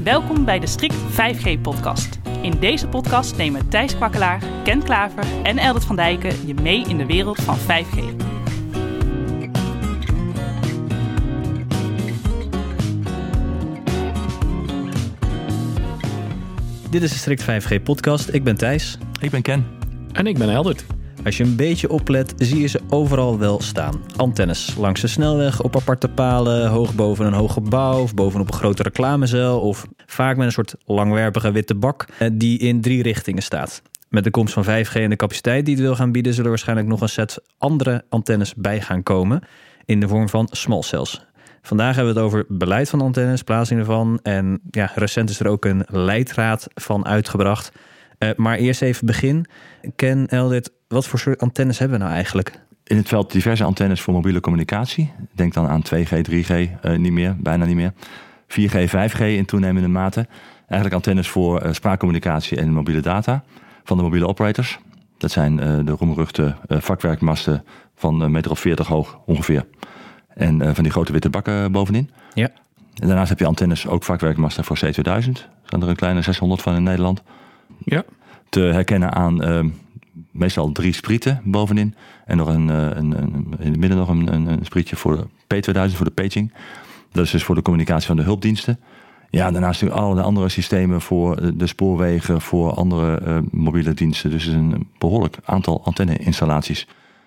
Welkom bij de Strict 5G-podcast. In deze podcast nemen Thijs Kwakkelaar, Ken Klaver en Eldert van Dijken je mee in de wereld van 5G. Dit is de Strict 5G-podcast. Ik ben Thijs. Ik ben Ken. En ik ben Eldert. Als je een beetje oplet, zie je ze overal wel staan. Antennes langs de snelweg, op aparte palen, hoog boven een hoog gebouw of bovenop een grote reclamezuil of vaak met een soort langwerpige witte bak die in 3 richtingen staat. Met de komst van 5G en de capaciteit die het wil gaan bieden, zullen er waarschijnlijk nog een set andere antennes bij gaan komen in de vorm van small cells. Vandaag hebben we het over beleid van antennes, plaatsing ervan en recent is er ook een leidraad van uitgebracht. Maar eerst even begin. Ken, Eldert, wat voor soort antennes hebben we nou eigenlijk? In het veld diverse antennes voor mobiele communicatie. Denk dan aan 2G, 3G, niet meer, bijna niet meer. 4G, 5G in toenemende mate. Eigenlijk antennes voor spraakcommunicatie en mobiele data van de mobiele operators. Dat zijn de roemruchte vakwerkmasten van 1,40 meter hoog ongeveer. En van die grote witte bakken bovenin. Ja. En daarnaast heb je antennes, ook vakwerkmasten voor C2000. Er zijn er een kleine 600 van in Nederland. Ja. Te herkennen aan meestal 3 sprieten bovenin. En nog in het midden nog een sprietje voor de P2000, voor de paging. Dat is dus voor de communicatie van de hulpdiensten. Ja, daarnaast natuurlijk allerlei andere systemen voor de spoorwegen, voor andere mobiele diensten. Dus een behoorlijk aantal antenne-installaties.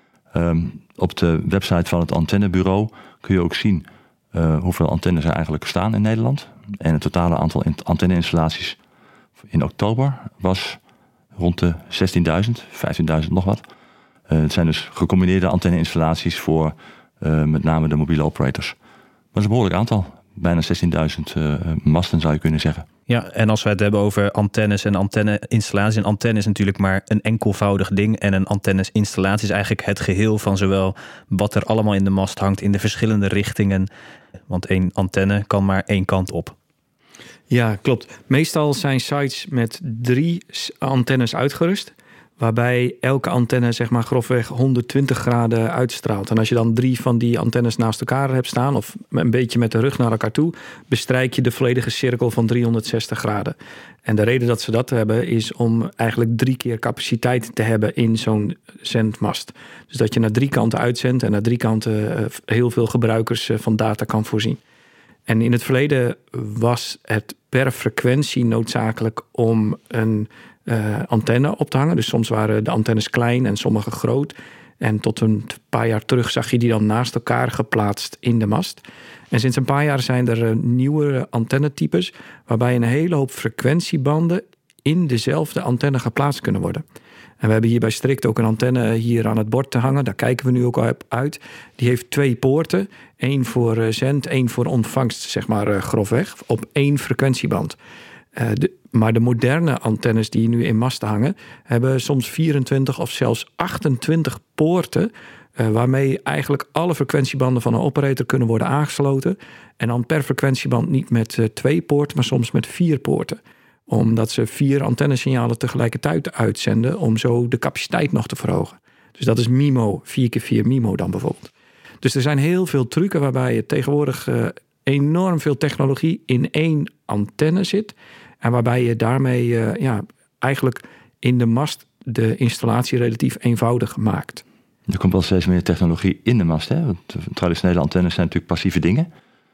Op de website van het antennebureau kun je ook zien hoeveel antennes er eigenlijk staan in Nederland. En het totale aantal antenne-installaties in oktober was rond de 16.000, 15.000 nog wat. Het zijn dus gecombineerde antenne-installaties voor met name de mobiele operators. Maar dat is een behoorlijk aantal. Bijna 16.000 masten zou je kunnen zeggen. Ja, en als we het hebben over antennes en antenne-installaties. Een antenne is natuurlijk maar een enkelvoudig ding. En een antenne-installatie is eigenlijk het geheel van zowel wat er allemaal in de mast hangt in de verschillende richtingen. Want 1 antenne kan maar 1 kant op. Ja, klopt. Meestal zijn sites met 3 antennes uitgerust, waarbij elke antenne zeg maar grofweg 120 graden uitstraalt. En als je dan 3 van die antennes naast elkaar hebt staan, of een beetje met de rug naar elkaar toe, bestrijk je de volledige cirkel van 360 graden. En de reden dat ze dat hebben is om eigenlijk 3 keer capaciteit te hebben in zo'n zendmast. Dus dat je naar 3 kanten uitzendt en naar 3 kanten heel veel gebruikers van data kan voorzien. En in het verleden was het per frequentie noodzakelijk om een antenne op te hangen. Dus soms waren de antennes klein en sommige groot. En tot een paar jaar terug zag je die dan naast elkaar geplaatst in de mast. En sinds een paar jaar zijn er nieuwe antennetypes waarbij een hele hoop frequentiebanden in dezelfde antenne geplaatst kunnen worden. En we hebben hier bij Strict ook een antenne hier aan het bord te hangen. Daar kijken we nu ook op uit. Die heeft 2 poorten. 1 voor zend, 1 voor ontvangst, zeg maar grofweg. Op 1 frequentieband. Maar de moderne antennes die nu in masten hangen, hebben soms 24 of zelfs 28 poorten. Waarmee eigenlijk alle frequentiebanden van een operator kunnen worden aangesloten. En dan per frequentieband niet met 2 poorten, maar soms met 4 poorten. Omdat ze 4 antennesignalen tegelijkertijd uitzenden om zo de capaciteit nog te verhogen. Dus dat is MIMO, 4x4 MIMO dan bijvoorbeeld. Dus er zijn heel veel trucken waarbij je tegenwoordig enorm veel technologie in 1 antenne zit. En waarbij je daarmee eigenlijk in de mast de installatie relatief eenvoudig maakt. Er komt wel steeds meer technologie in de mast. Hè? Want traditionele antennes zijn natuurlijk passieve dingen.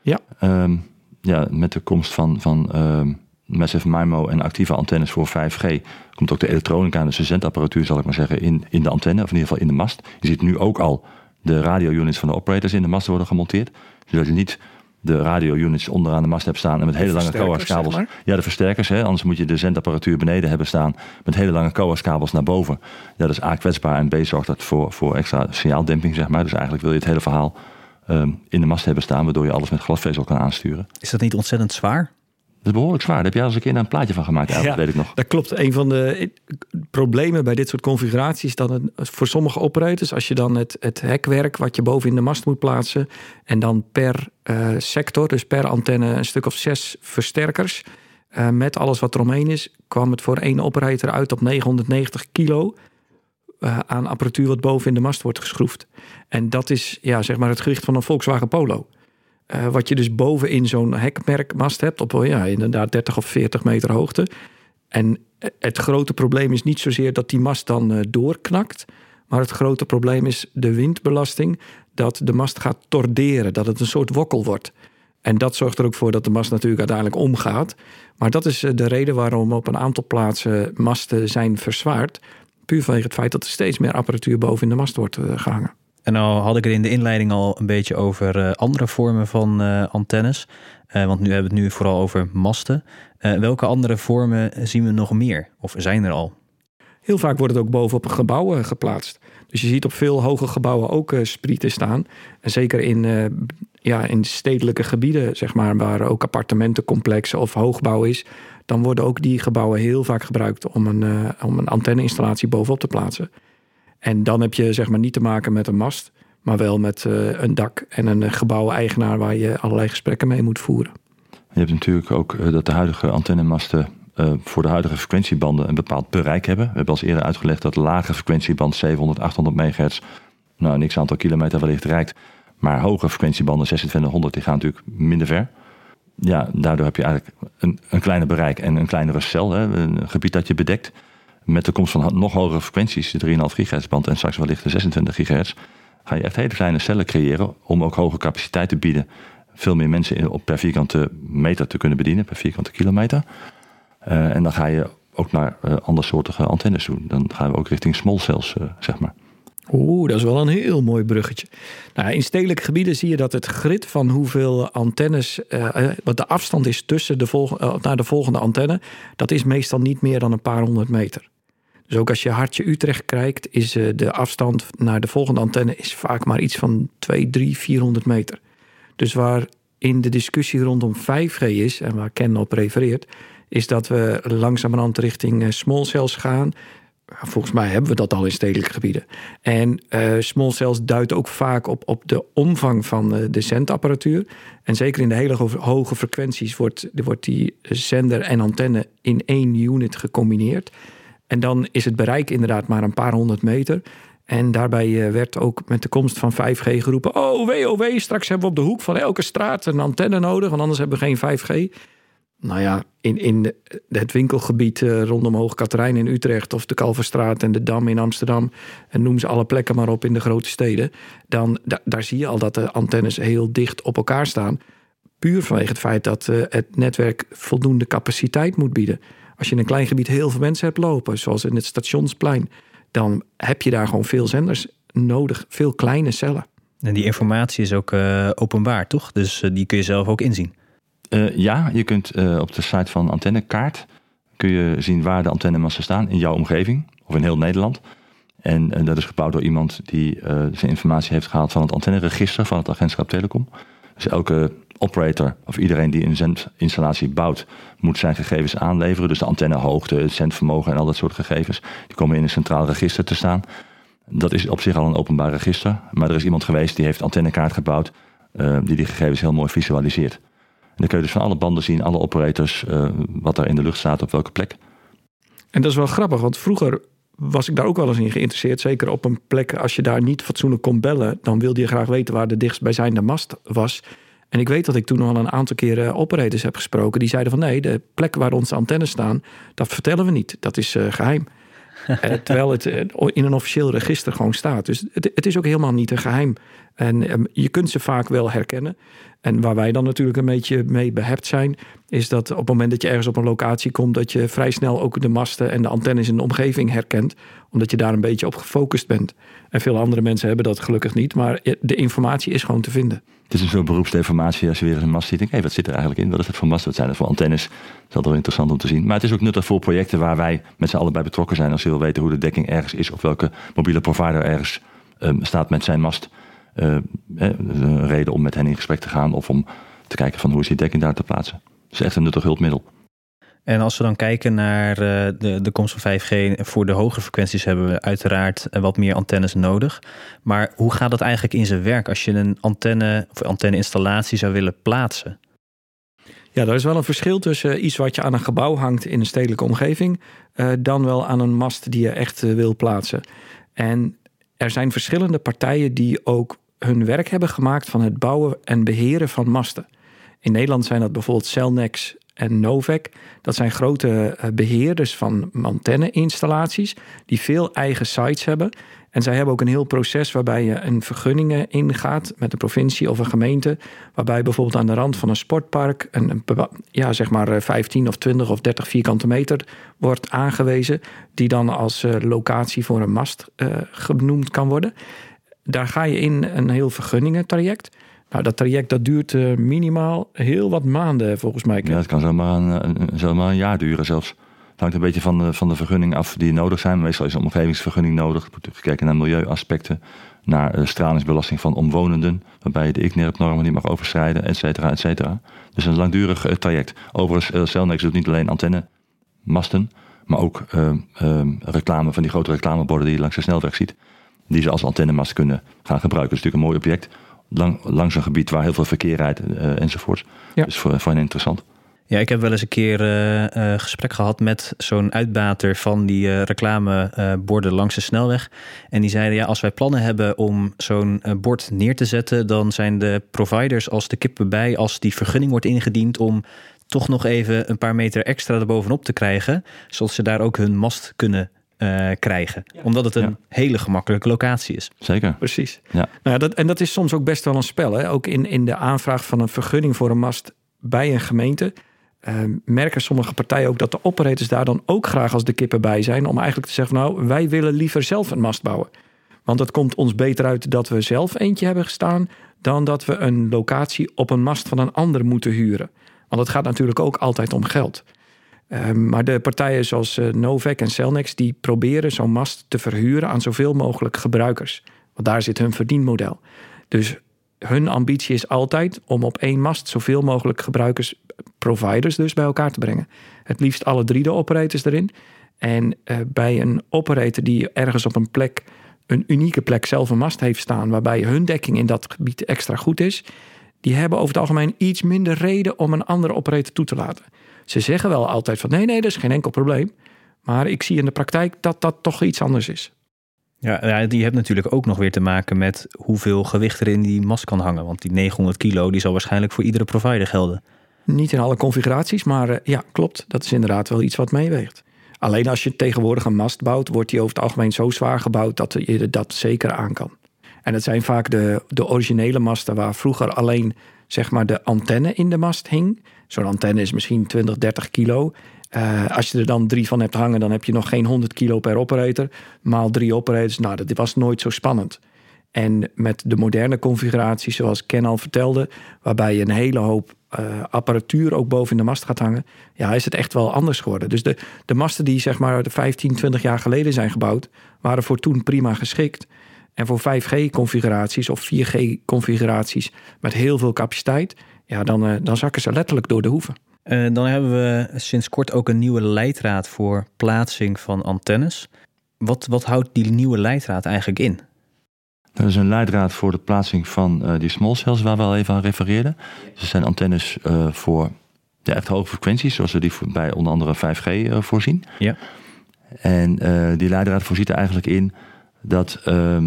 Ja. Met de komst van Massive MIMO en actieve antennes voor 5G... komt ook de elektronica, dus de zendapparatuur zal ik maar zeggen, in de antenne, of in ieder geval in de mast. Je ziet nu ook al de radio-units van de operators in de mast worden gemonteerd. Zodat je niet de radio-units onderaan de mast hebt staan en met hele lange coaxkabels. Zeg maar. Ja, de versterkers. Hè? Anders moet je de zendapparatuur beneden hebben staan met hele lange coaxkabels naar boven. Ja, dat is A, kwetsbaar en B, zorgt dat voor extra signaaldemping, zeg maar. Dus eigenlijk wil je het hele verhaal in de mast hebben staan, waardoor je alles met glasvezel kan aansturen. Is dat niet ontzettend zwaar? Dat is behoorlijk zwaar. Daar heb jij al eens een keer een plaatje van gemaakt, eigenlijk, weet ik nog. Dat klopt. Een van de problemen bij dit soort configuraties dan voor sommige operators, als je dan het hekwerk wat je boven in de mast moet plaatsen en dan per sector, dus per antenne een stuk of 6 versterkers met alles wat eromheen is, kwam het voor 1 operator uit op 990 kilo aan apparatuur wat boven in de mast wordt geschroefd. En dat is zeg maar het gewicht van een Volkswagen Polo. wat je dus bovenin zo'n hekmerkmast hebt op inderdaad 30 of 40 meter hoogte. En het grote probleem is niet zozeer dat die mast dan doorknakt, maar het grote probleem is de windbelasting, dat de mast gaat torderen, dat het een soort wokkel wordt. En dat zorgt er ook voor dat de mast natuurlijk uiteindelijk omgaat. Maar dat is de reden waarom op een aantal plaatsen masten zijn verzwaard. Puur vanwege het feit dat er steeds meer apparatuur boven in de mast wordt gehangen. En nou had ik het in de inleiding al een beetje over andere vormen van antennes. Want nu hebben we het nu vooral over masten. Welke andere vormen zien we nog meer? Of zijn er al? Heel vaak wordt het ook bovenop gebouwen geplaatst. Dus je ziet op veel hoge gebouwen ook sprieten staan. En zeker in stedelijke gebieden, zeg maar, waar ook appartementencomplexen of hoogbouw is, dan worden ook die gebouwen heel vaak gebruikt om een antenneinstallatie bovenop te plaatsen. En dan heb je zeg maar niet te maken met een mast, maar wel met een dak en een gebouweigenaar waar je allerlei gesprekken mee moet voeren. Je hebt natuurlijk ook dat de huidige antennemasten voor de huidige frequentiebanden een bepaald bereik hebben. We hebben al eerder uitgelegd dat de lage frequentieband 700, 800 megahertz niks aantal kilometer wellicht reikt. Maar hoge frequentiebanden 2600 die gaan natuurlijk minder ver. Ja, daardoor heb je eigenlijk een kleiner bereik en een kleinere cel, een gebied dat je bedekt. Met de komst van nog hogere frequenties, de 3,5 gigahertz band en straks wellicht de 26 gigahertz, ga je echt hele kleine cellen creëren om ook hoge capaciteit te bieden. Veel meer mensen per vierkante meter te kunnen bedienen, per vierkante kilometer. En dan ga je ook naar andersoortige antennes doen. Dan gaan we ook richting small cells, zeg maar. Dat is wel een heel mooi bruggetje. Nou, in stedelijke gebieden zie je dat het grid van hoeveel antennes, wat de afstand is tussen naar de volgende antenne, dat is meestal niet meer dan een paar honderd meter. Dus ook als je Hartje Utrecht kijkt, is de afstand naar de volgende antenne is vaak maar iets van 200, 300, 400 meter. Dus waar in de discussie rondom 5G is, en waar Ken op refereert, is dat we langzamerhand richting small cells gaan. Volgens mij hebben we dat al in stedelijke gebieden. En small cells duidt ook vaak op de omvang van de zendapparatuur. En zeker in de hele hoge frequenties wordt die zender en antenne in één unit gecombineerd. En dan is het bereik inderdaad maar een paar honderd meter. En daarbij werd ook met de komst van 5G geroepen, oh wee, straks hebben we op de hoek van elke straat een antenne nodig, want anders hebben we geen 5G. Nou ja, in het winkelgebied rondom Hoog Katerijn in Utrecht of de Kalverstraat en de Dam in Amsterdam, en noem ze alle plekken maar op in de grote steden, dan daar zie je al dat de antennes heel dicht op elkaar staan. Puur vanwege het feit dat het netwerk voldoende capaciteit moet bieden. Als je in een klein gebied heel veel mensen hebt lopen, zoals in het Stationsplein, dan heb je daar gewoon veel zenders nodig, veel kleine cellen. En die informatie is ook openbaar, toch? Dus die kun je zelf ook inzien. Ja, je kunt op de site van Antennekaart kun je zien waar de antennemasten staan in jouw omgeving of in heel Nederland. En dat is gebouwd door iemand die zijn informatie heeft gehaald van het antenneregister van het agentschap Telecom. Dus elke operator of iedereen die een zendinstallatie bouwt, moet zijn gegevens aanleveren. Dus de antennehoogte, het zendvermogen en al dat soort gegevens. Die komen in een centraal register te staan. Dat is op zich al een openbaar register. Maar er is iemand geweest die heeft Antennekaart gebouwd, die gegevens heel mooi visualiseert. En dan kun je dus van alle banden zien, alle operators, wat daar in de lucht staat, op welke plek. En dat is wel grappig, want vroeger was ik daar ook wel eens in geïnteresseerd. Zeker op een plek, als je daar niet fatsoenlijk kon bellen, dan wilde je graag weten waar de dichtstbijzijnde mast was. En ik weet dat ik toen al een aantal keren operators heb gesproken. Die zeiden van nee, de plek waar onze antennes staan, dat vertellen we niet. Dat is geheim. Terwijl het in een officieel register gewoon staat. Dus het is ook helemaal niet een geheim. En je kunt ze vaak wel herkennen. En waar wij dan natuurlijk een beetje mee behept zijn, is dat op het moment dat je ergens op een locatie komt, dat je vrij snel ook de masten en de antennes in de omgeving herkent, omdat je daar een beetje op gefocust bent. En veel andere mensen hebben dat gelukkig niet, maar de informatie is gewoon te vinden. Het is een soort beroepsdeformatie als je weer eens een mast ziet. Denk, wat zit er eigenlijk in? Wat is het voor mast? Wat zijn er voor antennes? Dat is altijd wel interessant om te zien. Maar het is ook nuttig voor projecten waar wij met z'n allen bij betrokken zijn. Als je wil weten hoe de dekking ergens is of welke mobiele provider ergens staat met zijn mast. Een reden om met hen in gesprek te gaan of om te kijken van hoe is die dekking daar te plaatsen. Het is echt een nuttig hulpmiddel. En als we dan kijken naar de komst van 5G, voor de hoge frequenties hebben we uiteraard wat meer antennes nodig. Maar hoe gaat dat eigenlijk in zijn werk als je een antenne of antenneinstallatie zou willen plaatsen? Ja, er is wel een verschil tussen iets wat je aan een gebouw hangt in een stedelijke omgeving, dan wel aan een mast die je echt wil plaatsen. En er zijn verschillende partijen die ook hun werk hebben gemaakt van het bouwen en beheren van masten. In Nederland zijn dat bijvoorbeeld Cellnex en Novec. Dat zijn grote beheerders van antenne-installaties die veel eigen sites hebben. En zij hebben ook een heel proces waarbij je een vergunningen ingaat met de provincie of een gemeente. Waarbij bijvoorbeeld aan de rand van een sportpark zeg maar 15 of 20 of 30 vierkante meter wordt aangewezen. Die dan als locatie voor een mast genoemd kan worden. Daar ga je in een heel vergunningentraject. Nou, dat traject dat duurt minimaal heel wat maanden volgens mij. Ja, het kan zomaar een jaar duren zelfs. Het hangt een beetje van de vergunning af die nodig zijn. Meestal is een omgevingsvergunning nodig. Er wordt gekeken naar milieuaspecten, naar stralingsbelasting van omwonenden, waarbij je de ICNIRP-normen niet mag overschrijden, et cetera, et cetera. Dus een langdurig traject. Overigens, Cellnex doet niet alleen antennemasten, maar ook reclame van die grote reclameborden die je langs de snelweg ziet, die ze als antennemast kunnen gaan gebruiken. Dat is natuurlijk een mooi object. Langs een gebied waar heel veel verkeer rijdt enzovoort. Ja. Dus voor hen interessant. Ja, ik heb wel eens een keer gesprek gehad met zo'n uitbater van die reclameborden langs de snelweg. En die zeiden, als wij plannen hebben om zo'n bord neer te zetten, dan zijn de providers als de kippen bij als die vergunning wordt ingediend om toch nog even een paar meter extra erbovenop te krijgen, zodat ze daar ook hun mast kunnen krijgen. Ja. Omdat het een hele gemakkelijke locatie is. Zeker. Precies. Ja. Nou, dat is soms ook best wel een spel. Hè? Ook in de aanvraag van een vergunning voor een mast bij een gemeente merken sommige partijen ook dat de operators daar dan ook graag als de kippen bij zijn, om eigenlijk te zeggen, nou, wij willen liever zelf een mast bouwen. Want het komt ons beter uit dat we zelf eentje hebben gestaan dan dat we een locatie op een mast van een ander moeten huren. Want het gaat natuurlijk ook altijd om geld. Maar de partijen zoals Novec en Cellnex, die proberen zo'n mast te verhuren aan zoveel mogelijk gebruikers. Want daar zit hun verdienmodel. Dus hun ambitie is altijd om op één mast zoveel mogelijk gebruikers, providers dus, bij elkaar te brengen. Het liefst alle 3 de operators erin. En bij een operator die ergens op een plek, een unieke plek, zelf een mast heeft staan, waarbij hun dekking in dat gebied extra goed is, die hebben over het algemeen iets minder reden om een andere operator toe te laten. Ze zeggen wel altijd van nee, dat is geen enkel probleem. Maar ik zie in de praktijk dat dat toch iets anders is. Ja, die hebt natuurlijk ook nog weer te maken met hoeveel gewicht er in die mast kan hangen. Want die 900 kilo die zal waarschijnlijk voor iedere provider gelden. Niet in alle configuraties, maar ja, klopt. Dat is inderdaad wel iets wat meeweegt. Alleen als je tegenwoordig een mast bouwt, wordt die over het algemeen zo zwaar gebouwd dat je dat zeker aan kan. En het zijn vaak de originele masten waar vroeger alleen zeg maar de antenne in de mast hing. Zo'n antenne is misschien 20, 30 kilo. Als je er dan 3 van hebt hangen, dan heb je nog geen 100 kilo per operator. Maal 3 operators, nou, dat was nooit zo spannend. En met de moderne configuratie, zoals Ken al vertelde, waarbij je een hele hoop apparatuur ook boven in de mast gaat hangen, ja, is het echt wel anders geworden. Dus de masten die zeg maar 15, 20 jaar geleden zijn gebouwd, waren voor toen prima geschikt. En voor 5G-configuraties of 4G-configuraties met heel veel capaciteit, ja, dan zakken ze letterlijk door de hoeven. Dan hebben we sinds kort ook een nieuwe leidraad voor plaatsing van antennes. Wat houdt die nieuwe leidraad eigenlijk in? Dat is een leidraad voor de plaatsing van die small cells waar we al even aan refereerden. Dus het zijn antennes voor echt hoge frequenties, zoals we die bij onder andere 5G voorzien. Ja. En die leidraad voorziet er eigenlijk in dat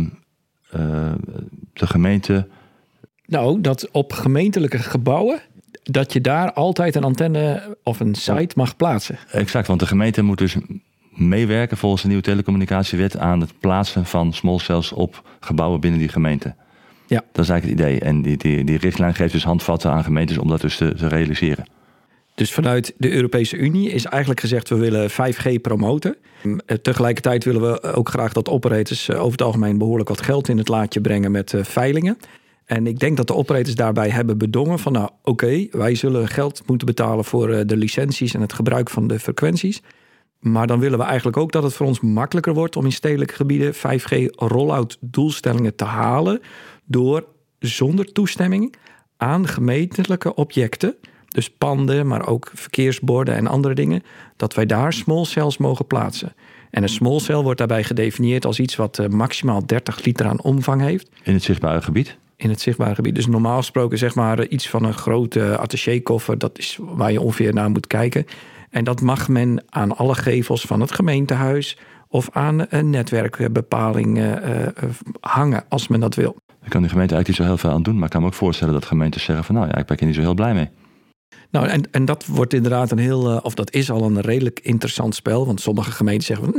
de gemeente... Nou, dat op gemeentelijke gebouwen, dat je daar altijd een antenne of een site mag plaatsen. Exact, want de gemeente moet dus meewerken volgens de nieuwe telecommunicatiewet aan het plaatsen van small cells op gebouwen binnen die gemeente. Ja. Dat is eigenlijk het idee. En die richtlijn geeft dus handvatten aan gemeentes om dat dus te realiseren. Dus vanuit de Europese Unie is eigenlijk gezegd, we willen 5G promoten. Tegelijkertijd willen we ook graag dat operators over het algemeen behoorlijk wat geld in het laadje brengen met veilingen. En ik denk dat de operators daarbij hebben bedongen van nou oké, wij zullen geld moeten betalen voor de licenties en het gebruik van de frequenties. Maar dan willen we eigenlijk ook dat het voor ons makkelijker wordt om in stedelijke gebieden 5G rollout doelstellingen te halen door zonder toestemming aan gemeentelijke objecten, dus panden, maar ook verkeersborden en andere dingen, dat wij daar small cells mogen plaatsen. En een small cell wordt daarbij gedefinieerd als iets wat maximaal 30 liter aan omvang heeft. In het zichtbare gebied? In het zichtbare gebied. Dus normaal gesproken zeg maar iets van een grote attachekoffer. Dat is waar je ongeveer naar moet kijken. En dat mag men aan alle gevels van het gemeentehuis of aan een netwerkbepaling hangen als men dat wil. Ik kan de gemeente eigenlijk niet zo heel veel aan doen. Maar ik kan me ook voorstellen dat gemeentes zeggen van... ik ben er niet zo heel blij mee. Nou, en dat wordt inderdaad dat is al een redelijk interessant spel. Want sommige gemeenten zeggen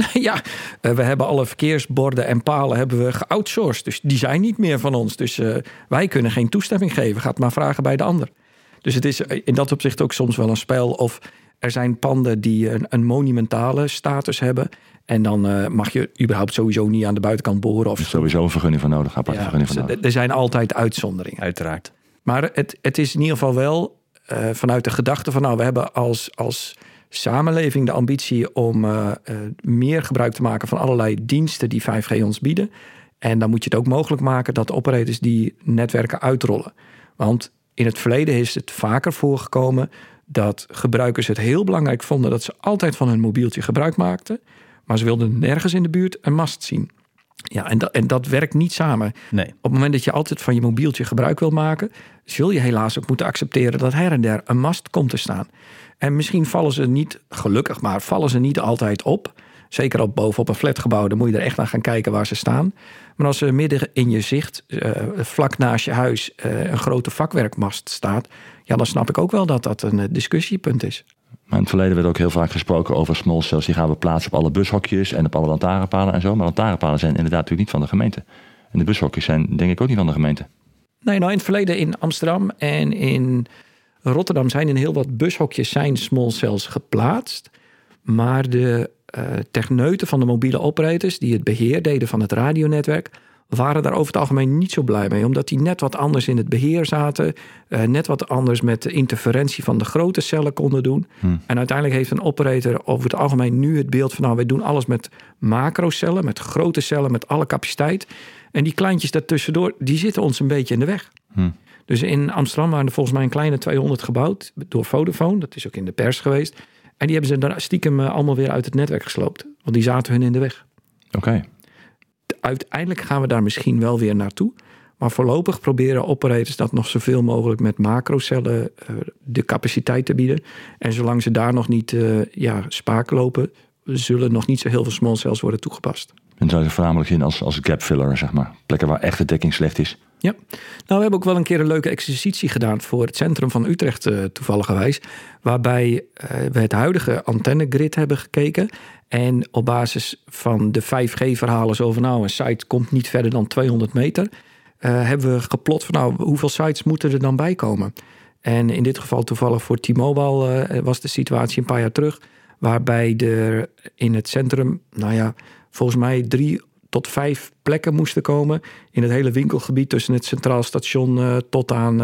we hebben alle verkeersborden en palen hebben we geoutsourced. Dus die zijn niet meer van ons. Dus wij kunnen geen toestemming geven. Ga het maar vragen bij de ander. Dus het is in dat opzicht ook soms wel een spel. Of er zijn panden die een monumentale status hebben. En dan mag je überhaupt sowieso niet aan de buitenkant boren. Of er is sowieso een vergunning voor nodig, aparte vergunning voor nodig. Er zijn altijd uitzonderingen. Uiteraard. Maar het is in ieder geval wel vanuit de gedachte van... we hebben als samenleving de ambitie om meer gebruik te maken... van allerlei diensten die 5G ons bieden. En dan moet je het ook mogelijk maken dat operators die netwerken uitrollen. Want in het verleden is het vaker voorgekomen... dat gebruikers het heel belangrijk vonden... dat ze altijd van hun mobieltje gebruik maakten... maar ze wilden nergens in de buurt een mast zien. Ja, en dat werkt niet samen. Nee. Op het moment dat je altijd van je mobieltje gebruik wil maken... zul je helaas ook moeten accepteren dat her en der een mast komt te staan. En misschien vallen ze niet, gelukkig maar, vallen ze niet altijd op. Zeker op bovenop een flatgebouw, dan moet je er echt naar gaan kijken waar ze staan. Maar als er midden in je zicht, vlak naast je huis, een grote vakwerkmast staat... ja, dan snap ik ook wel dat dat een discussiepunt is. Maar in het verleden werd ook heel vaak gesproken over small cells. Die gaan we plaatsen op alle bushokjes en op alle lantaarnpalen en zo. Maar lantaarnpalen zijn inderdaad natuurlijk niet van de gemeente. En de bushokjes zijn denk ik ook niet van de gemeente. Nee, nou in het verleden in Amsterdam en in Rotterdam zijn in heel wat bushokjes zijn small cells geplaatst. Maar de techneuten van de mobiele operators die het beheer deden van het radionetwerk... waren daar over het algemeen niet zo blij mee. Omdat die net wat anders in het beheer zaten. Net wat anders met de interferentie van de grote cellen konden doen. En uiteindelijk heeft een operator over het algemeen nu het beeld van... wij doen alles met macrocellen, met grote cellen, met alle capaciteit. En die kleintjes daartussendoor, die zitten ons een beetje in de weg. Dus in Amsterdam waren er volgens mij een kleine 200 gebouwd door Vodafone. Dat is ook in de pers geweest. En die hebben ze daar stiekem allemaal weer uit het netwerk gesloopt. Want die zaten hun in de weg. Oké. Uiteindelijk gaan we daar misschien wel weer naartoe. Maar voorlopig proberen operators dat nog zoveel mogelijk met macrocellen de capaciteit te bieden. En zolang ze daar nog niet spaak lopen, zullen nog niet zo heel veel small cells worden toegepast. En zou je voornamelijk zien als gap filler, zeg maar. Plekken waar echt de dekking slecht is. Ja, nou we hebben ook wel een keer een leuke exercitie gedaan voor het centrum van Utrecht toevalligerwijs. Waarbij we het huidige antennegrid hebben gekeken. En op basis van de 5G-verhalen zo van een site komt niet verder dan 200 meter. Hebben we geplot van hoeveel sites moeten er dan bij komen. En in dit geval toevallig voor T-Mobile was de situatie een paar jaar terug. Waarbij er in het centrum, volgens mij 3 tot 5 plekken moesten komen in het hele winkelgebied tussen het Centraal Station tot aan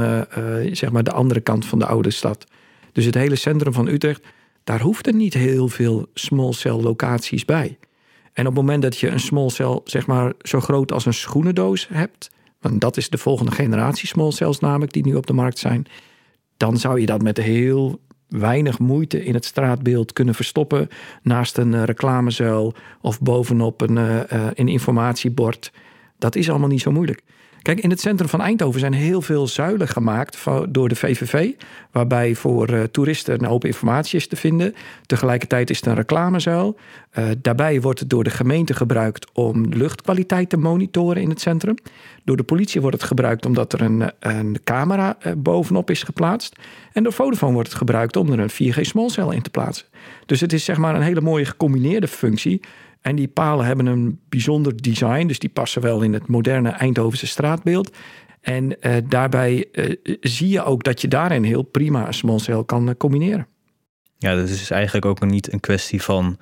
de andere kant van de oude stad. Dus het hele centrum van Utrecht, daar hoefden niet heel veel small cell locaties bij. En op het moment dat je een small cell zo groot als een schoenendoos hebt, want dat is de volgende generatie small cells namelijk die nu op de markt zijn, dan zou je dat met heel weinig moeite in het straatbeeld kunnen verstoppen naast een reclamezuil of bovenop een informatiebord. Dat is allemaal niet zo moeilijk. Kijk, in het centrum van Eindhoven zijn heel veel zuilen gemaakt door de VVV, waarbij voor toeristen een open informatie is te vinden. Tegelijkertijd is het een reclamezuil. Daarbij wordt het door de gemeente gebruikt om de luchtkwaliteit te monitoren in het centrum. Door de politie wordt het gebruikt omdat er een camera bovenop is geplaatst. En door Vodafone wordt het gebruikt om er een 4G small cell in te plaatsen. Dus het is een hele mooie gecombineerde functie. En die palen hebben een bijzonder design. Dus die passen wel in het moderne Eindhovense straatbeeld. En daarbij zie je ook dat je daarin heel prima een small cell kan combineren. Ja, dat is eigenlijk ook niet een kwestie van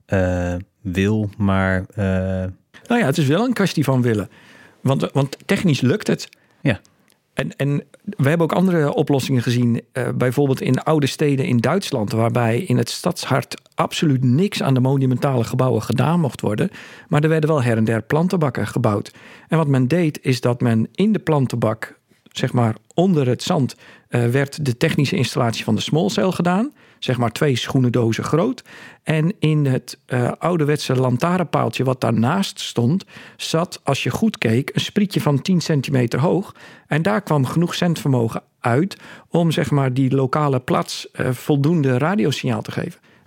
wil, maar... het is wel een kwestie van willen. Want technisch lukt het. Ja. En we hebben ook andere oplossingen gezien. Bijvoorbeeld in oude steden in Duitsland, waarbij in het stadshart absoluut niks aan de monumentale gebouwen gedaan mocht worden. Maar er werden wel her en der plantenbakken gebouwd. En wat men deed, is dat men in de plantenbak, onder het zand, werd de technische installatie van de small cell gedaan. 2 schoenendozen groot. En in het ouderwetse lantaarnpaaltje wat daarnaast stond, zat, als je goed keek, een sprietje van 10 centimeter hoog. En daar kwam genoeg zendvermogen uit om die lokale plaats voldoende radiosignaal te geven.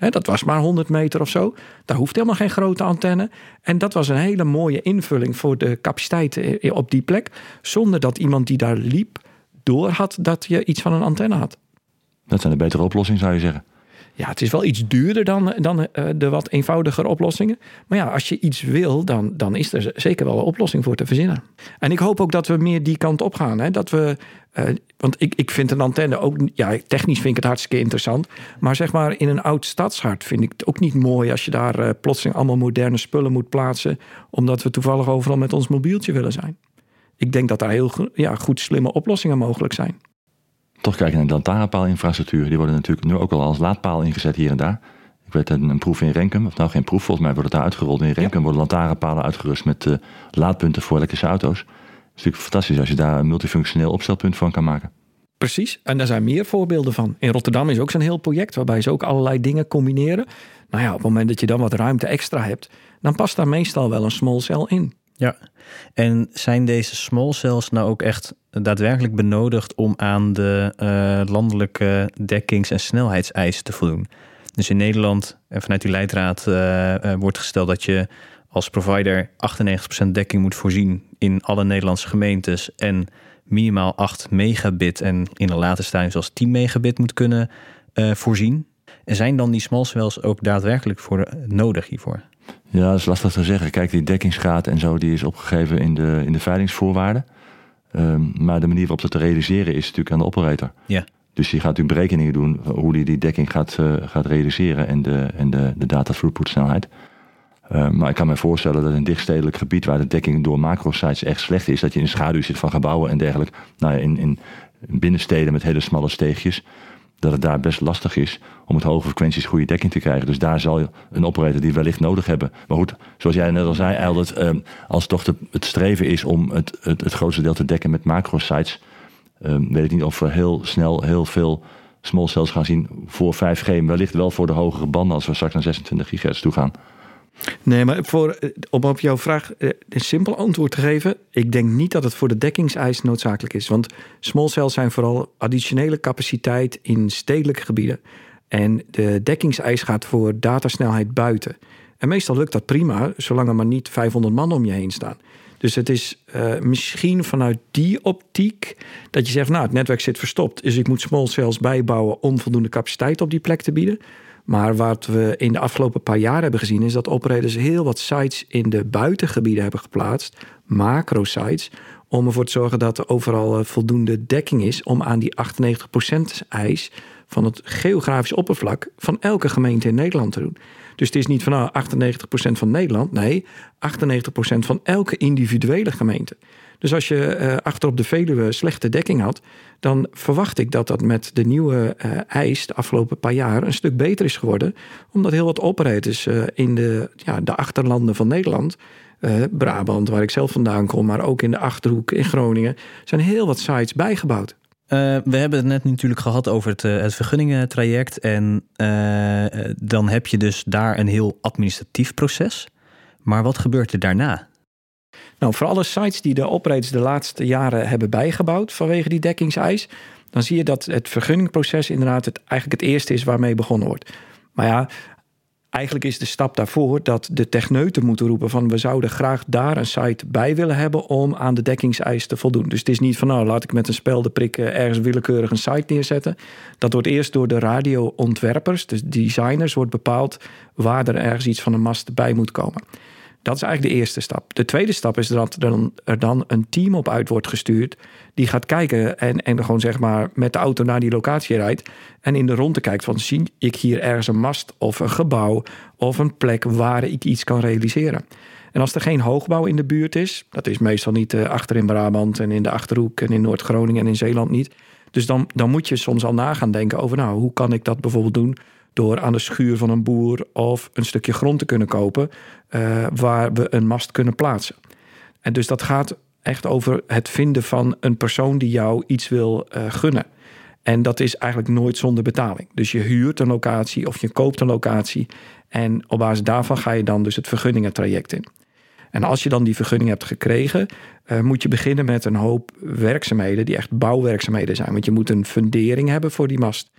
Dat was maar 100 meter of zo. Daar hoeft helemaal geen grote antenne. En dat was een hele mooie invulling voor de capaciteit op die plek. Zonder dat iemand die daar liep door had dat je iets van een antenne had. Dat zijn de betere oplossingen, zou je zeggen. Ja, het is wel iets duurder dan de wat eenvoudiger oplossingen. Maar ja, als je iets wil, dan is er zeker wel een oplossing voor te verzinnen. En ik hoop ook dat we meer die kant op gaan. Hè? Dat we, want ik vind een antenne ook... Ja, technisch vind ik het hartstikke interessant. Maar zeg maar in een oud stadshart vind ik het ook niet mooi... als je daar plotseling allemaal moderne spullen moet plaatsen... omdat we toevallig overal met ons mobieltje willen zijn. Ik denk dat daar heel goed slimme oplossingen mogelijk zijn. Toch kijk je naar de lantaarnpaalinfrastructuur. Die worden natuurlijk nu ook al als laadpaal ingezet hier en daar. Ik weet een proef in Renkum, of nou geen proef, volgens mij wordt het daar uitgerold. In Renkum worden lantaarnpalen uitgerust met laadpunten voor elektrische auto's. Het is natuurlijk fantastisch als je daar een multifunctioneel opstelpunt van kan maken. Precies, en daar zijn meer voorbeelden van. In Rotterdam is ook zo'n heel project waarbij ze ook allerlei dingen combineren. Nou ja, op het moment dat je dan wat ruimte extra hebt, dan past daar meestal wel een small cell in. Ja, en zijn deze small cells nou ook echt daadwerkelijk benodigd om aan de landelijke dekkings- en snelheidseisen te voldoen? Dus in Nederland en vanuit die leidraad wordt gesteld dat je als provider 98% dekking moet voorzien in alle Nederlandse gemeentes en minimaal 8 megabit en in een later stadium zelfs 10 megabit moet kunnen voorzien. En zijn dan die small cells ook daadwerkelijk nodig hiervoor? Ja, dat is lastig te zeggen. Kijk, die dekkingsgraad en zo, die is opgegeven in de veilingsvoorwaarden. Maar de manier waarop dat te realiseren is natuurlijk aan de operator. Ja. Dus die gaat natuurlijk berekeningen doen hoe die dekking gaat realiseren en de data throughput snelheid. Maar ik kan me voorstellen dat in een dichtstedelijk gebied waar de dekking door macrosites echt slecht is, dat je in schaduw zit van gebouwen en dergelijke. Nou ja, in binnensteden met hele smalle steegjes, dat het daar best lastig is om met hoge frequenties goede dekking te krijgen. Dus daar zal je een operator die wellicht nodig hebben. Maar goed, zoals jij net al zei, Eildert, als toch het streven is om het grootste deel te dekken met macrosites, weet ik niet of we heel snel heel veel small cells gaan zien voor 5G. Wellicht wel voor de hogere banden als we straks naar 26 gigahertz toe gaan. Nee, maar om op jouw vraag een simpel antwoord te geven, ik denk niet dat het voor de dekkingseis noodzakelijk is. Want small cells zijn vooral additionele capaciteit in stedelijke gebieden. En de dekkingseis gaat voor datasnelheid buiten. En meestal lukt dat prima, zolang er maar niet 500 man om je heen staan. Dus het is misschien vanuit die optiek dat je zegt, nou, het netwerk zit verstopt, dus ik moet small cells bijbouwen om voldoende capaciteit op die plek te bieden. Maar wat we in de afgelopen paar jaar hebben gezien, is dat operators heel wat sites in de buitengebieden hebben geplaatst, macro-sites, om ervoor te zorgen dat er overal voldoende dekking is om aan die 98% eis van het geografisch oppervlak van elke gemeente in Nederland te doen. Dus het is niet van 98% van Nederland, nee, 98% van elke individuele gemeente. Dus als je achter op de Veluwe slechte dekking had, dan verwacht ik dat met de nieuwe eis de afgelopen paar jaar een stuk beter is geworden. Omdat heel wat operators in de achterlanden van Nederland, Brabant, waar ik zelf vandaan kom, maar ook in de Achterhoek in Groningen, zijn heel wat sites bijgebouwd. We hebben het net natuurlijk gehad over het vergunningentraject. En dan heb je dus daar een heel administratief proces. Maar wat gebeurt er daarna? Nou, voor alle sites die de operators de laatste jaren hebben bijgebouwd vanwege die dekkingseis, dan zie je dat het vergunningproces inderdaad eigenlijk het eerste is waarmee begonnen wordt. Maar ja, eigenlijk is de stap daarvoor dat de techneuten moeten roepen van we zouden graag daar een site bij willen hebben om aan de dekkingseis te voldoen. Dus het is niet van laat ik met een speldenprik ergens willekeurig een site neerzetten. Dat wordt eerst door de radioontwerpers, dus designers, wordt bepaald waar er ergens iets van een mast bij moet komen. Dat is eigenlijk de eerste stap. De tweede stap is dat er dan een team op uit wordt gestuurd die gaat kijken en gewoon zeg maar met de auto naar die locatie rijdt en in de rondte kijkt van zie ik hier ergens een mast of een gebouw of een plek waar ik iets kan realiseren. En als er geen hoogbouw in de buurt is, dat is meestal niet achter in Brabant en in de Achterhoek en in Noord-Groningen en in Zeeland niet. Dus dan moet je soms al na gaan denken over hoe kan ik dat bijvoorbeeld doen door aan de schuur van een boer of een stukje grond te kunnen kopen waar we een mast kunnen plaatsen. En dus dat gaat echt over het vinden van een persoon die jou iets wil gunnen. En dat is eigenlijk nooit zonder betaling. Dus je huurt een locatie of je koopt een locatie en op basis daarvan ga je dan dus het vergunningentraject in. En als je dan die vergunning hebt gekregen, moet je beginnen met een hoop werkzaamheden die echt bouwwerkzaamheden zijn. Want je moet een fundering hebben voor die mast.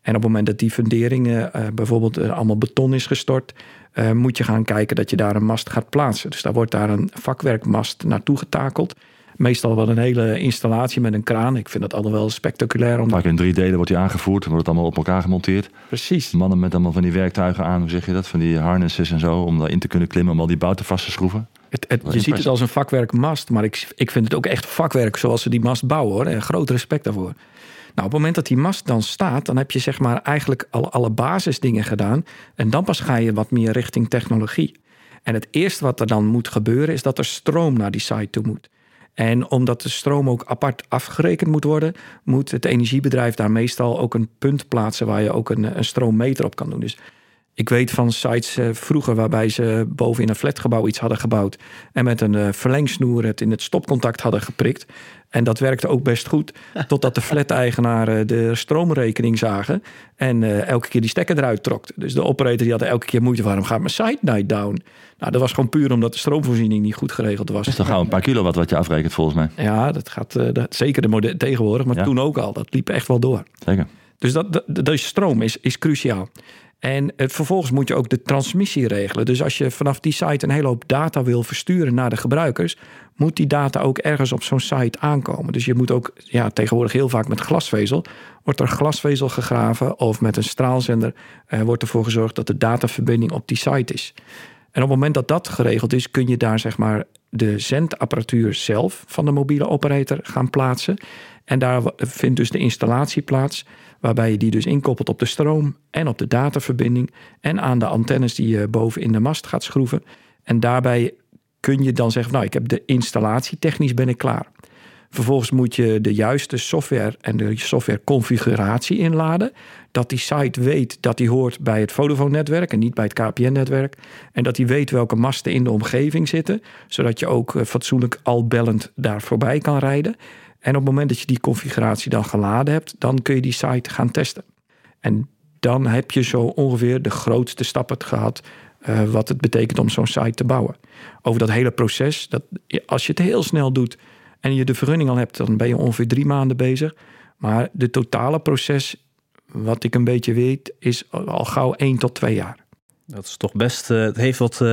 En op het moment dat die funderingen bijvoorbeeld allemaal beton is gestort, moet je gaan kijken dat je daar een mast gaat plaatsen. Dus daar wordt daar een vakwerkmast naartoe getakeld. Meestal wel een hele installatie met een kraan. Ik vind dat allemaal wel spectaculair. Vaak in 3 delen wordt die aangevoerd. Wordt het allemaal op elkaar gemonteerd. Precies. Mannen met allemaal van die werktuigen aan. Hoe zeg je dat? Van die harnesses en zo. Om daarin te kunnen klimmen. Om al die bouten vast te schroeven. Je ziet het als een vakwerkmast. Maar ik vind het ook echt vakwerk zoals ze die mast bouwen, hoor. En groot respect daarvoor. Nou, op het moment dat die mast dan staat, dan heb je zeg maar eigenlijk al alle basisdingen gedaan. En dan pas ga je wat meer richting technologie. En het eerste wat er dan moet gebeuren is dat er stroom naar die site toe moet. En omdat de stroom ook apart afgerekend moet worden, moet het energiebedrijf daar meestal ook een punt plaatsen waar je ook een stroommeter op kan doen. Dus ik weet van sites vroeger waarbij ze boven in een flatgebouw iets hadden gebouwd en met een verlengsnoer het in het stopcontact hadden geprikt. En dat werkte ook best goed, totdat de flat-eigenaren de stroomrekening zagen en elke keer die stekker eruit trok. Dus de operator die had elke keer moeite, waarom gaat mijn site night down? Nou, dat was gewoon puur omdat de stroomvoorziening niet goed geregeld was. Dus dan gaan we een paar kilowatt wat je afrekent volgens mij. Ja, dat gaat zeker de model tegenwoordig, maar toen ook al. Dat liep echt wel door. Zeker. Dus de stroom is cruciaal. En vervolgens moet je ook de transmissie regelen. Dus als je vanaf die site een hele hoop data wil versturen naar de gebruikers, moet die data ook ergens op zo'n site aankomen. Dus je moet ook, tegenwoordig heel vaak met glasvezel, wordt er glasvezel gegraven of met een straalzender wordt ervoor gezorgd dat de dataverbinding op die site is. En op het moment dat dat geregeld is, kun je daar zeg maar de zendapparatuur zelf van de mobiele operator gaan plaatsen. En daar vindt dus de installatie plaats, waarbij je die dus inkoppelt op de stroom en op de dataverbinding en aan de antennes die je boven in de mast gaat schroeven. En daarbij kun je dan zeggen, nou, ik heb de installatie, technisch ben ik klaar. Vervolgens moet je de juiste software en de softwareconfiguratie inladen, dat die site weet dat die hoort bij het Vodafone-netwerk en niet bij het KPN-netwerk. En dat die weet welke masten in de omgeving zitten, zodat je ook fatsoenlijk al bellend daar voorbij kan rijden. En op het moment dat je die configuratie dan geladen hebt, dan kun je die site gaan testen. En dan heb je zo ongeveer de grootste stappen gehad wat het betekent om zo'n site te bouwen. Over dat hele proces, als je het heel snel doet en je de vergunning al hebt, dan ben je ongeveer 3 maanden bezig. Maar de totale proces, wat ik een beetje weet, is al gauw 1 tot 2 jaar. Dat is toch best, het heeft wat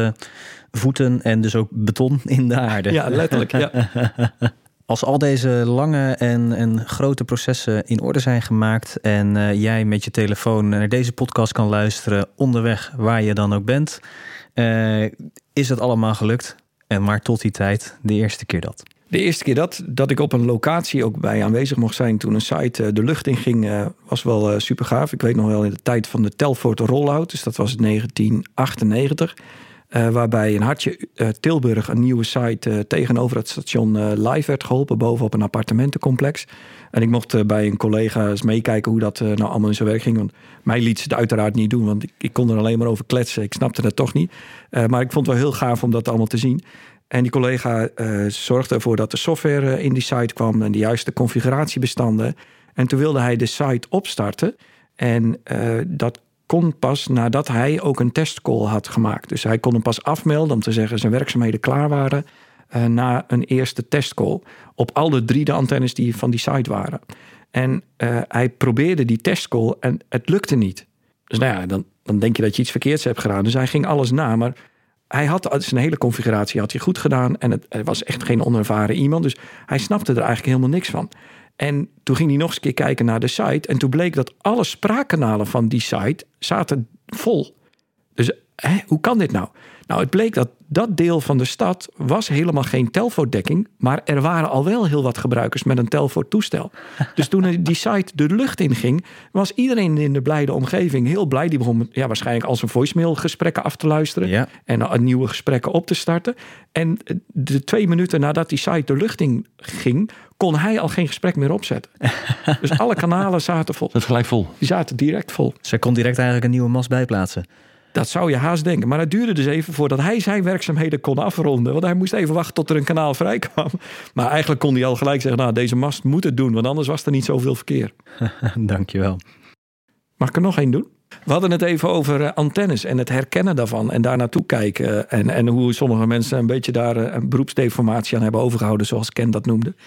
voeten en dus ook beton in de aarde. Ja, letterlijk, ja. Als al deze lange en grote processen in orde zijn gemaakt en jij met je telefoon naar deze podcast kan luisteren onderweg waar je dan ook bent, is het allemaal gelukt. En maar tot die tijd, de eerste keer dat. De eerste keer dat ik op een locatie ook bij aanwezig mocht zijn toen een site de lucht in ging, was wel super gaaf. Ik weet nog wel in de tijd van de Telfort rollout, dus dat was 1998. Waarbij in Hartje Tilburg een nieuwe site tegenover het station live werd geholpen, bovenop een appartementencomplex. En ik mocht bij een collega eens meekijken hoe dat nou allemaal in zijn werk ging. Want mij liet ze het uiteraard niet doen, want ik kon er alleen maar over kletsen. Ik snapte het toch niet. Maar ik vond het wel heel gaaf om dat allemaal te zien. En die collega zorgde ervoor dat de software in die site kwam en de juiste configuratiebestanden. En toen wilde hij de site opstarten. En dat kon pas nadat hij ook een testcall had gemaakt. Dus hij kon hem pas afmelden om te zeggen zijn werkzaamheden klaar waren na een eerste testcall op al de 3 antennes die van die site waren. En hij probeerde die testcall en het lukte niet. Dus nou ja, dan denk je dat je iets verkeerds hebt gedaan. Dus hij ging alles na, maar hij had zijn hele configuratie had hij goed gedaan en het was echt geen onervaren iemand. Dus hij snapte er eigenlijk helemaal niks van. En toen ging hij nog eens een keer kijken naar de site. En toen bleek dat alle spraakkanalen van die site zaten vol. Dus hoe kan dit nou? Nou, het bleek dat deel van de stad was helemaal geen Telfort-dekking. Maar er waren al wel heel wat gebruikers met een Telfort-toestel. Dus toen die site de lucht in ging, was iedereen in de blijde omgeving heel blij. Die begon waarschijnlijk al zijn voicemail gesprekken af te luisteren. Ja. En nieuwe gesprekken op te starten. En de 2 minuten nadat die site de lucht in ging, kon hij al geen gesprek meer opzetten. Dus alle kanalen zaten vol. Dat is gelijk vol. Die zaten direct vol. Zij kon direct eigenlijk een nieuwe mast bijplaatsen. Dat zou je haast denken. Maar het duurde dus even voordat hij zijn werkzaamheden kon afronden. Want hij moest even wachten tot er een kanaal vrij kwam. Maar eigenlijk kon hij al gelijk zeggen, nou, deze mast moet het doen. Want anders was er niet zoveel verkeer. Dankjewel. Mag ik er nog één doen? We hadden het even over antennes en het herkennen daarvan. En daar naartoe kijken. En hoe sommige mensen een beetje daar een beroepsdeformatie aan hebben overgehouden. Zoals Ken dat noemde.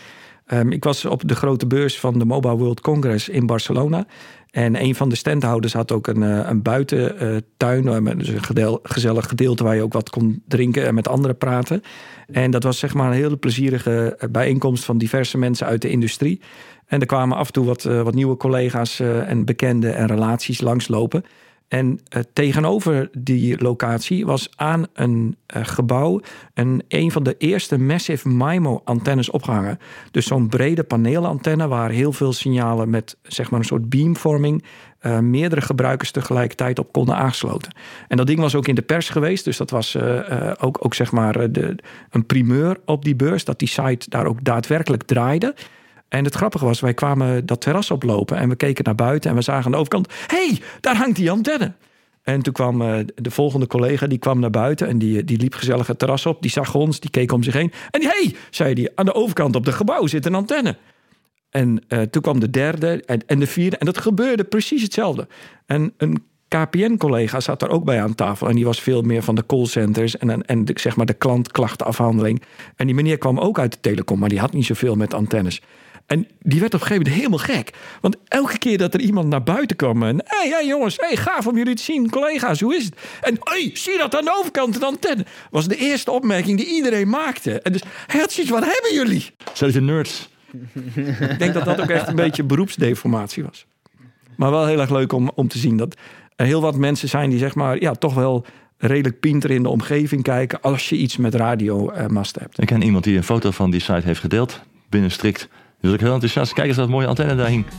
Ik was op de grote beurs van de Mobile World Congress in Barcelona. En een van de standhouders had ook een buitentuin. Dus een gezellig gedeelte waar je ook wat kon drinken en met anderen praten. En dat was zeg maar een hele plezierige bijeenkomst van diverse mensen uit de industrie. En er kwamen af en toe wat nieuwe collega's en bekenden en relaties langslopen. En tegenover die locatie was aan een gebouw een van de eerste Massive MIMO-antennes opgehangen. Dus zo'n brede paneelantenne waar heel veel signalen met zeg maar een soort beamvorming meerdere gebruikers tegelijkertijd op konden aangesloten. En dat ding was ook in de pers geweest, dus dat was ook zeg maar een primeur op die beurs, dat die site daar ook daadwerkelijk draaide. En het grappige was, wij kwamen dat terras oplopen en we keken naar buiten en we zagen aan de overkant, hey, daar hangt die antenne. En toen kwam de volgende collega, die kwam naar buiten en die liep gezellig het terras op. Die zag ons, die keek om zich heen. En hey, zei hij, aan de overkant op het gebouw zit een antenne. En toen kwam de derde en de vierde en dat gebeurde precies hetzelfde. En een KPN-collega zat daar ook bij aan tafel. En die was veel meer van de callcenters en zeg maar de klantklachtenafhandeling. En die meneer kwam ook uit de telecom, maar die had niet zoveel met antennes. En die werd op een gegeven moment helemaal gek. Want elke keer dat er iemand naar buiten kwam en hey jongens, gaaf om jullie te zien, collega's, hoe is het? En zie dat aan de overkant, een antenne? Was de eerste opmerking die iedereen maakte. En dus hij had zoiets, wat hebben jullie? Zijn ze nerds? Ik denk dat dat ook echt een beetje beroepsdeformatie was. Maar wel heel erg leuk om te zien dat er heel wat mensen zijn die zeg maar toch wel redelijk pinter in de omgeving kijken als je iets met radiomast hebt. Ik ken iemand die een foto van die site heeft gedeeld binnen Strict. Dus ik heel enthousiast. Kijk eens wat mooie antenne daar hing.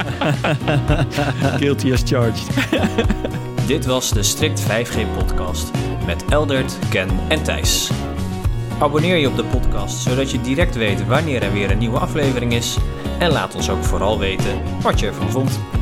Guilty as charged. Dit was de Strict 5G podcast met Eldert, Ken en Thijs. Abonneer je op de podcast, zodat je direct weet wanneer er weer een nieuwe aflevering is. En laat ons ook vooral weten wat je ervan vond.